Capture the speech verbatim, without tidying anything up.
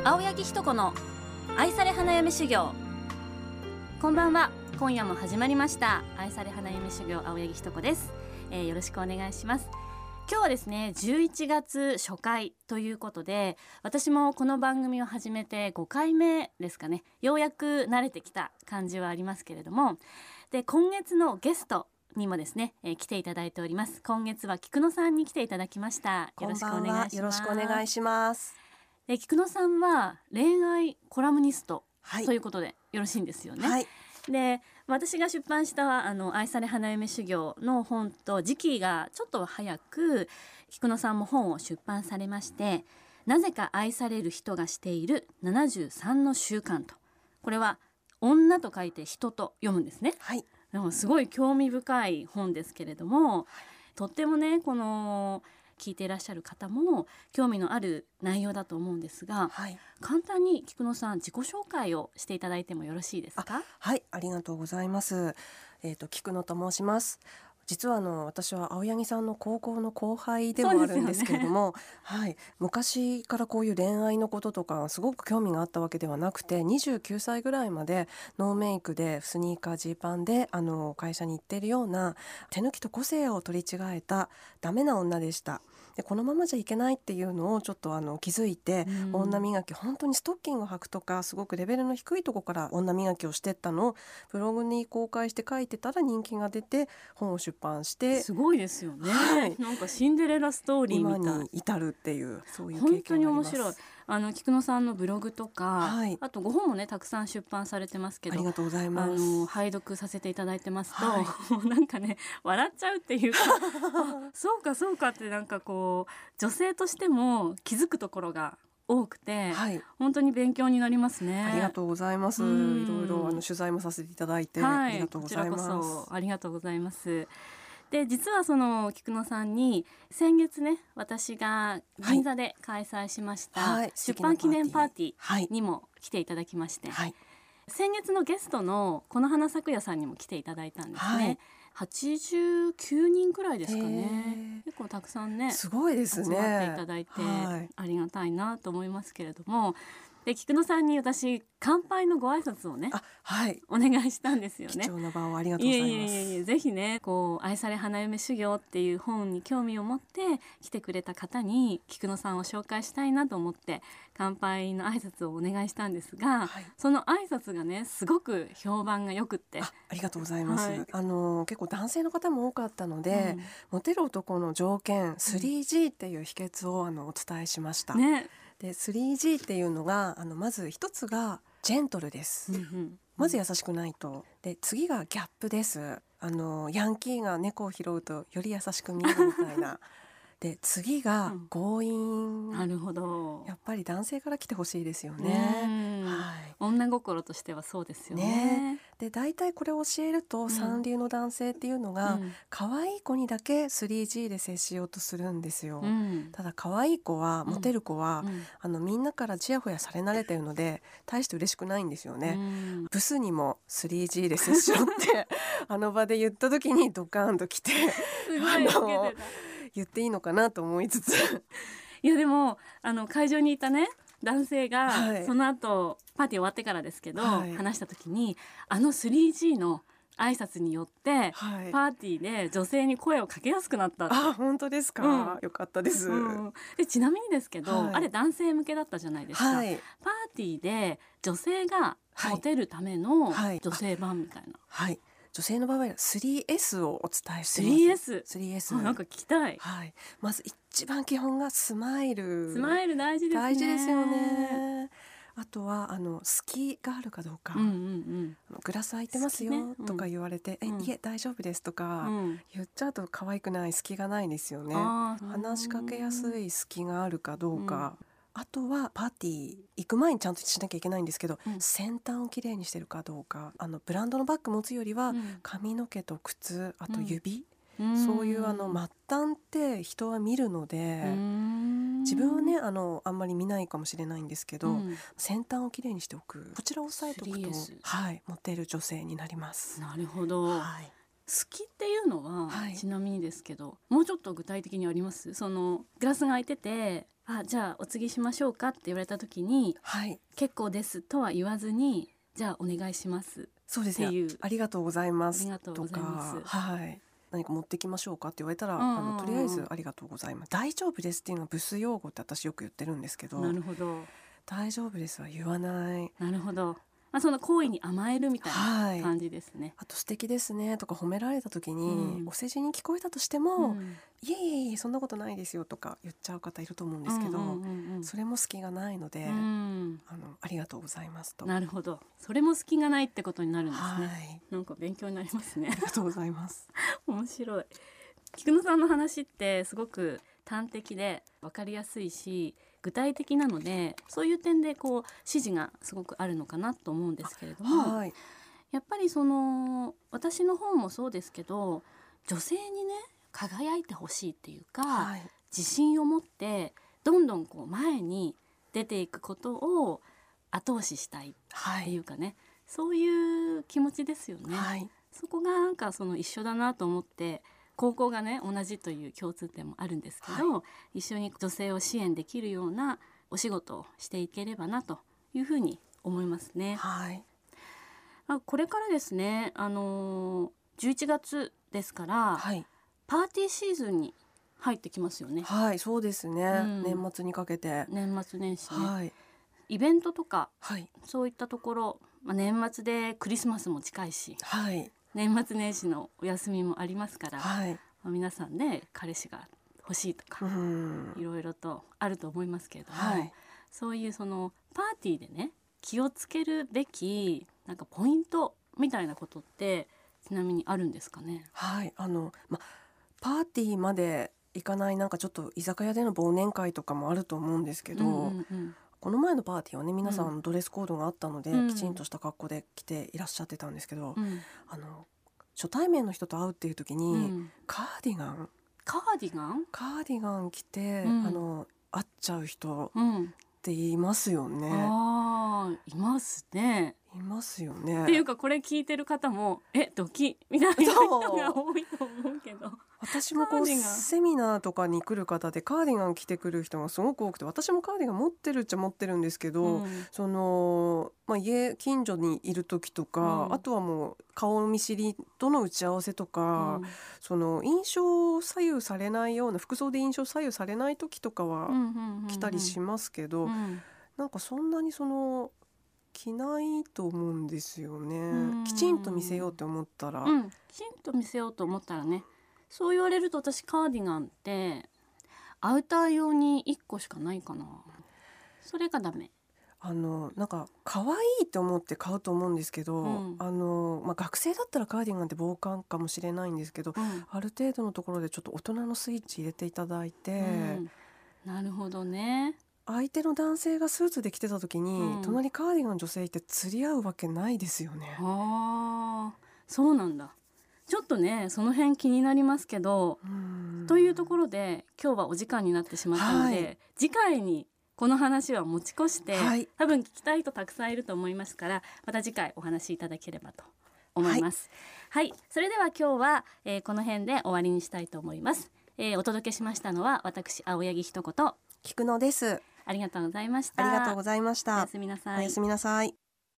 青柳ひと子の愛され花嫁修行。こんばんは。今夜も始まりました愛され花嫁修行、青柳ひと子です、えー、よろしくお願いします。今日はですねじゅういちがつ初回ということで、私もこの番組を始めてごかいめですかね。ようやく慣れてきた感じはありますけれども、で今月のゲストにもですね、えー、来ていただいております。今月は菊野さんに来ていただきました。よろしくお願いします。 よろしくお願いします。 で菊野さんは恋愛コラムニスト、 はい、 ということでよろしいんですよね。 はい、 で私が出版したあの愛され花嫁修行の本と時期がちょっと早く、菊野さんも本を出版されまして、なぜか愛される人がしているななじゅうさんの習慣と、これは女と書いて人と読むんですね。 はい、 でもすごい興味深い本ですけれども、はい、とってもねこの聞いていらっしゃる方も興味のある内容だと思うんですが、はい、簡単に菊野さん自己紹介をしていただいてもよろしいですか？ はい、ありがとうございます。えーと、菊野と申します。実はあの私は青柳さんの高校の後輩でもあるんですけれども、ね、はい、昔からこういう恋愛のこととかすごく興味があったわけではなくて、にじゅうきゅうさいぐらいまでノーメイクでスニーカージーパンであの会社に行っているような手抜きと個性を取り違えたダメな女でした。でこのままじゃいけないっていうのをちょっとあの気づいて、女磨き、本当にストッキングを履くとかすごくレベルの低いところから女磨きをしていったのをブログに公開して書いてたら人気が出て本を出版して、 すごいですよね、はい、なんかシンデレラストーリーみたい、 今に至るっていうそういう経験があります。 本当に面白い。あの菊野さんのブログとか、はい、あとご本もねたくさん出版されてますけど、 ありがとうございます。 あの拝読させていただいてますと、はい、なんかね笑っちゃうっていうかそうかそうかってなんかこう女性としても気づくところが多くて、はい、本当に勉強になりますね。 ありがとうございます。いろいろあの取材もさせていただいて、はい、ありがとうございます。 こちらこそありがとうございます。で実はその菊野さんに先月ね私が銀座で開催しました、はい、出版記念パーティーにも来ていただきまして、はい、先月のゲストのこの花咲夜さんにも来ていただいたんですね、はい、はちじゅうきゅうにんくらいですかね。結構たくさんねすごいですね、 集まっていただいて、はい、ありがたいなと思いますけれども、で菊野さんに私乾杯のご挨拶をね、はい、お願いしたんですよね。 貴重な場をありがとうございます。 いえいえいえ、ぜひねこう愛され花嫁修行っていう本に興味を持って来てくれた方に菊野さんを紹介したいなと思って乾杯の挨拶をお願いしたんですが、はい、その挨拶がねすごく評判がよくって、 あ, ありがとうございます、はい、あの結構男性の方も多かったので、うん、モテる男の条件 スリージー っていう秘訣をあのお伝えしました、ね。で スリージー っていうのがあのまず一つがジェントルです、うんうん、まず優しくないと。で次がギャップです。あのヤンキーが猫を拾うとより優しく見えるみたいなで次が強引、うん、 なるほど。 やっぱり男性から来てほしいですよね、 はい、女心としてはそうですよ ね, ね。で大体これを教えると、うん、三流の男性っていうのが、うん、可愛い子にだけ スリージー で接しようとするんですよ、うん、ただ可愛い子はモテる子は、うん、あのみんなからチヤホヤされ慣れてるので大して嬉しくないんですよね、うん、ブスにも スリージー で接しようってあの場で言った時にドカーンと来てすごい受けてた言っていいのかなと思いつついやでもあの会場にいたね男性が、はい、その後パーティー終わってからですけど、はい、話した時にあの スリージー の挨拶によって、はい、パーティーで女性に声をかけやすくなったって。 あ、本当ですか、うん、よかったです、うん、 でちなみにですけど、はい、あれ男性向けだったじゃないですか、はい、パーティーで女性がモテるための女性版みたいな、 はい、はい女性の場合は スリーエス をお伝えしています。 スリーエス なんか聞きたい、 はい、まず一番基本がスマイル。 スマイル大事ですね。 大事ですよね。あとはあの隙があるかどうか、うんうんうん、グラス空いてますよ、ね、とか言われて、うん、えいえ大丈夫ですとか、うん、言っちゃうと可愛くない、隙がないですよね。話しかけやすい隙があるかどうか、うんあとはパーティー行く前にちゃんとしなきゃいけないんですけど、うん、先端をきれいにしてるかどうか、あのブランドのバッグ持つよりは、うん、髪の毛と靴、あと指、うん、そういうあの末端って人は見るので、うん、自分はねあのあんまり見ないかもしれないんですけど、うん、先端をきれいにしておく、こちらを押さえておくと、はい、モテる女性になります。 なるほど、はい、好きっていうのは、はい、ちなみにですけどもうちょっと具体的にあります？そのグラスが空いててあ、じゃあお継ぎしましょうかって言われた時に、 はい、 結構ですとは言わずに、じゃあお願いしますそうですね、 っていう、 ありがとうございますありがとうございますとか、はい、何か持ってきましょうかって言われたら、 うんうんうん、 あのとりあえずありがとうございます、大丈夫ですっていうのはブス用語って私よく言ってるんですけど、 なるほど大丈夫ですは言わない。 なるほど、まあ、その行為に甘えるみたいはい、 な感じですね。 あと素敵ですねとか褒められた時に、 うん、 お世辞に聞こえたとしても、 うん、 いえいえいえそんなことないですよとか言っちゃう方いると思うんですけど、 うんうんうんうん、 それも隙がないので、 うん、 あのありがとうございますと。 なるほど、それも隙がないってことになるんですね。 はい、 なんか勉強になりますね。 ありがとうございます面白い。菊野さんの話ってすごく端的で分かりやすいし具体的なので、そういう点でこう指示がすごくあるのかなと思うんですけれども、 はい、 やっぱりその私の本もそうですけど、女性にね輝いてほしいっていうか、 はい、 自信を持ってどんどんこう前に出ていくことを後押ししたいっていうかね、はい、そういう気持ちですよね、 はい、 そこがなんかその一緒だなと思って、高校がね同じという共通点もあるんですけど、はい、一緒に女性を支援できるようなお仕事をしていければなというふうに思いますね。 はい、 あ、これからですね、あのー、じゅういちがつですから、 はい、 パーティーシーズンに入ってきますよね。 はい、そうですね、うん、年末にかけて年末年始ね、 はい、 イベントとか、 はい、 そういったところ、まあ、年末でクリスマスも近いし、 はい、 年末年始のお休みもありますから、 はい、 まあ、皆さんね彼氏が欲しいとか、うん、いろいろとあると思いますけれども、はい、そういうそのパーティーでね気をつけるべきなんかポイントみたいなことってちなみにあるんですかね。 はい、あの、ま、パーティーまで行かない、なんかちょっと居酒屋での忘年会とかもあると思うんですけど、うんうんうん、この前のパーティーはね皆さんドレスコードがあったので、うん、きちんとした格好で来ていらっしゃってたんですけど、うん、あの初対面の人と会うっていう時に、うん、カーディガンカーディガンカーディガン着て、うん、あの会っちゃう人っていますよね、うん、 あいますねいますよね。 っていうかこれ聞いてる方もえドキみたいな人が多いと思うけど、 私もこうセミナーとかに来る方でカーディガン着てくる人がすごく多くて、私もカーディガン持ってるっちゃ持ってるんですけど、うん、その、まあ、家近所にいる時とか、うん、あとはもう顔見知りとの打ち合わせとか、うん、その印象左右されないような服装で印象左右されない時とかは来たりしますけど、うんうんうんうん、なんかそんなにその着ないと思うんですよね。きちんと見せようと思ったら、 うん、きちんと見せようと思ったらね、そう言われると私カーディガンってアウター用にいっこしかないかな。それがダメ。 あのなんか可愛いと思って買うと思うんですけど、うん、あのまあ、学生だったらカーディガンって防寒かもしれないんですけど、うん、ある程度のところでちょっと大人のスイッチ入れていただいて、うん、 なるほどね。 相手の男性がスーツで着てた時に、うん、隣カーディガン女性いて釣り合うわけないですよね。 あー、そうなんだ。ちょっとねその辺気になりますけど、というところで今日はお時間になってしまったので、はい、次回にこの話は持ち越して、はい、多分聞きたい人たくさんいると思いますから、また次回お話しいただければと思います。はい、はい、それでは今日は、えー、この辺で終わりにしたいと思います。えー、お届けしましたのは私青柳ひとこと菊野です。 ありがとうございました。 ありがとうございました。 おやすみなさい。 おやすみなさい。